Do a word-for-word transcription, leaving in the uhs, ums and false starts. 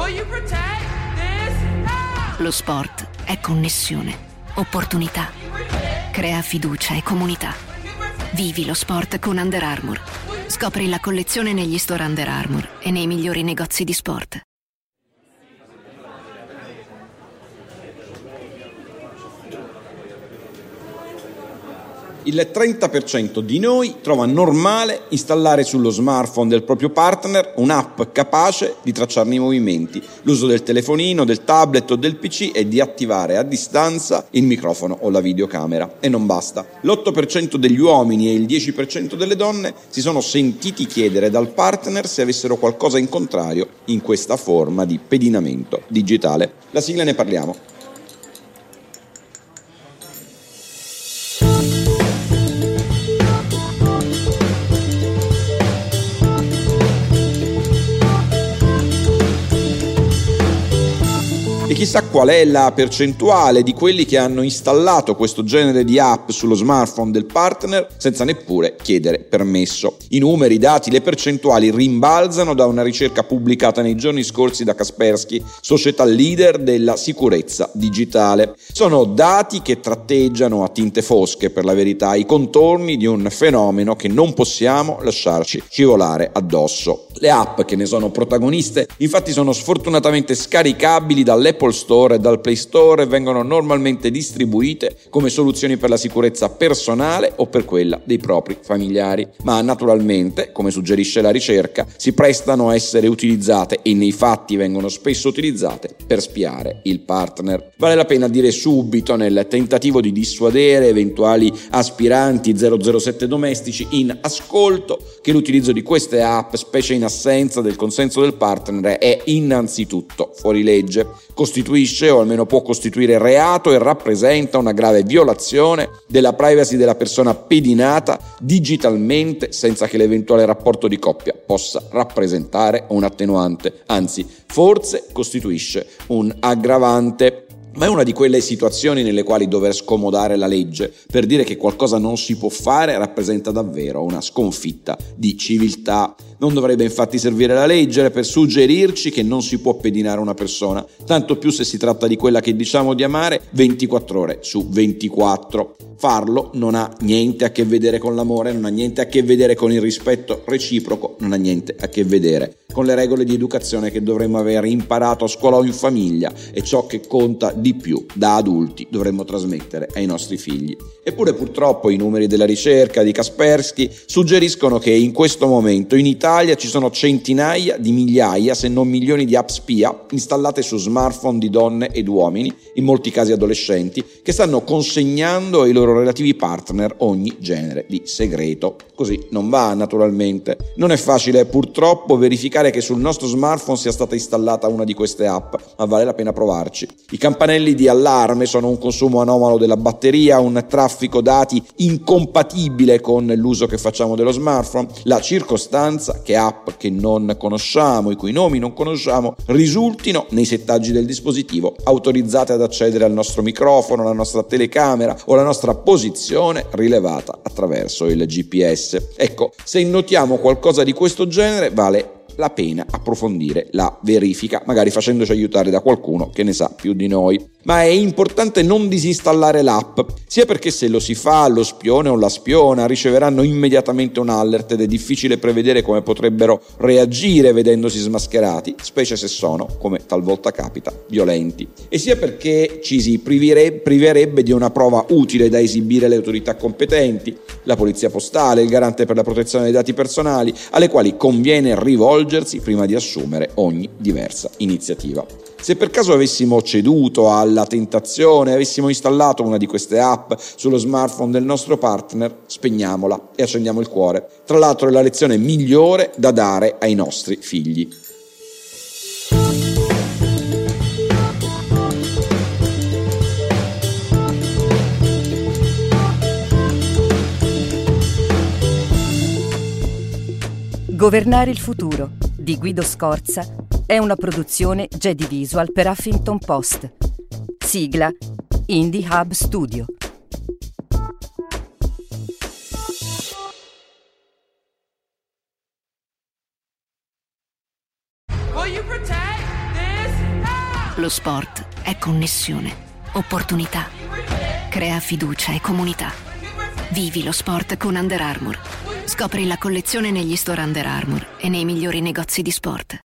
Lo sport è connessione, opportunità, crea fiducia e comunità. Vivi lo sport con Under Armour. Scopri la collezione negli store Under Armour e nei migliori negozi di sport. Il trenta per cento di noi trova normale installare sullo smartphone del proprio partner un'app capace di tracciarne i movimenti, l'uso del telefonino, del tablet o del P C e di attivare a distanza il microfono o la videocamera. E non basta. L'otto per cento degli uomini e il dieci per cento delle donne si sono sentiti chiedere dal partner se avessero qualcosa in contrario in questa forma di pedinamento digitale. La sigla ne parliamo. E chissà qual è la percentuale di quelli che hanno installato questo genere di app sullo smartphone del partner senza neppure chiedere permesso. I numeri, i dati, le percentuali rimbalzano da una ricerca pubblicata nei giorni scorsi da Kaspersky, società leader della sicurezza digitale. Sono dati che tratteggiano a tinte fosche, per la verità, i contorni di un fenomeno che non possiamo lasciarci scivolare addosso. Le app che ne sono protagoniste, infatti, sono sfortunatamente scaricabili dall'Apple Store e dal Play Store e vengono normalmente distribuite come soluzioni per la sicurezza personale o per quella dei propri familiari, ma naturalmente, come suggerisce la ricerca, si prestano a essere utilizzate e nei fatti vengono spesso utilizzate per spiare il partner. Vale la pena dire subito, nel tentativo di dissuadere eventuali aspiranti zero zero sette domestici in ascolto, che l'utilizzo di queste app, specie in assenza del consenso del partner, è innanzitutto fuori legge. Costituisce, o almeno può costituire, reato e rappresenta una grave violazione della privacy della persona pedinata digitalmente, senza che l'eventuale rapporto di coppia possa rappresentare un attenuante, anzi forse costituisce un aggravante. Ma è una di quelle situazioni nelle quali dover scomodare la legge per dire che qualcosa non si può fare rappresenta davvero una sconfitta di civiltà. Non dovrebbe infatti servire la legge per suggerirci che non si può pedinare una persona, tanto più se si tratta di quella che diciamo di amare ventiquattro ore su ventiquattro. Farlo non ha niente a che vedere con l'amore, non ha niente a che vedere con il rispetto reciproco, non ha niente a che vedere con le regole di educazione che dovremmo aver imparato a scuola o in famiglia e ciò che conta di più da adulti dovremmo trasmettere ai nostri figli. Eppure purtroppo i numeri della ricerca di Kaspersky suggeriscono che in questo momento in Italia ci sono centinaia di migliaia, se non milioni, di app spia installate su smartphone di donne ed uomini, in molti casi adolescenti, che stanno consegnando ai loro relativi partner ogni genere di segreto. Così non va, naturalmente. Non è facile purtroppo verificare che sul nostro smartphone sia stata installata una di queste app, ma vale la pena provarci. I campanelli di allarme sono un consumo anomalo della batteria, un traffico dati incompatibile con l'uso che facciamo dello smartphone, la circostanza che app che non conosciamo, i cui nomi non conosciamo, risultino nei settaggi del dispositivo autorizzate ad accedere al nostro microfono, alla nostra telecamera o alla nostra posizione rilevata attraverso il G P S. Ecco, se notiamo qualcosa di questo genere, vale la pena approfondire la verifica, magari facendoci aiutare da qualcuno che ne sa più di noi. Ma è importante non disinstallare l'app, sia perché se lo si fa, lo spione o la spiona riceveranno immediatamente un alert ed è difficile prevedere come potrebbero reagire vedendosi smascherati, specie se sono, come talvolta capita, violenti. E sia perché ci si privire, priverebbe di una prova utile da esibire alle autorità competenti, la polizia postale, il garante per la protezione dei dati personali, alle quali conviene rivolgersi prima di assumere ogni diversa iniziativa. Se per caso avessimo ceduto alla tentazione, avessimo installato una di queste app sullo smartphone del nostro partner, spegniamola e accendiamo il cuore. Tra l'altro è la lezione migliore da dare ai nostri figli. Governare il futuro di Guido Scorza è una produzione Jedi Visual per Huffington Post. Sigla Indie Hub Studio. Will you protect this Lo sport è connessione, opportunità. Crea fiducia e comunità. Vivi lo sport con Under Armour. Scopri la collezione negli store Under Armour e nei migliori negozi di sport.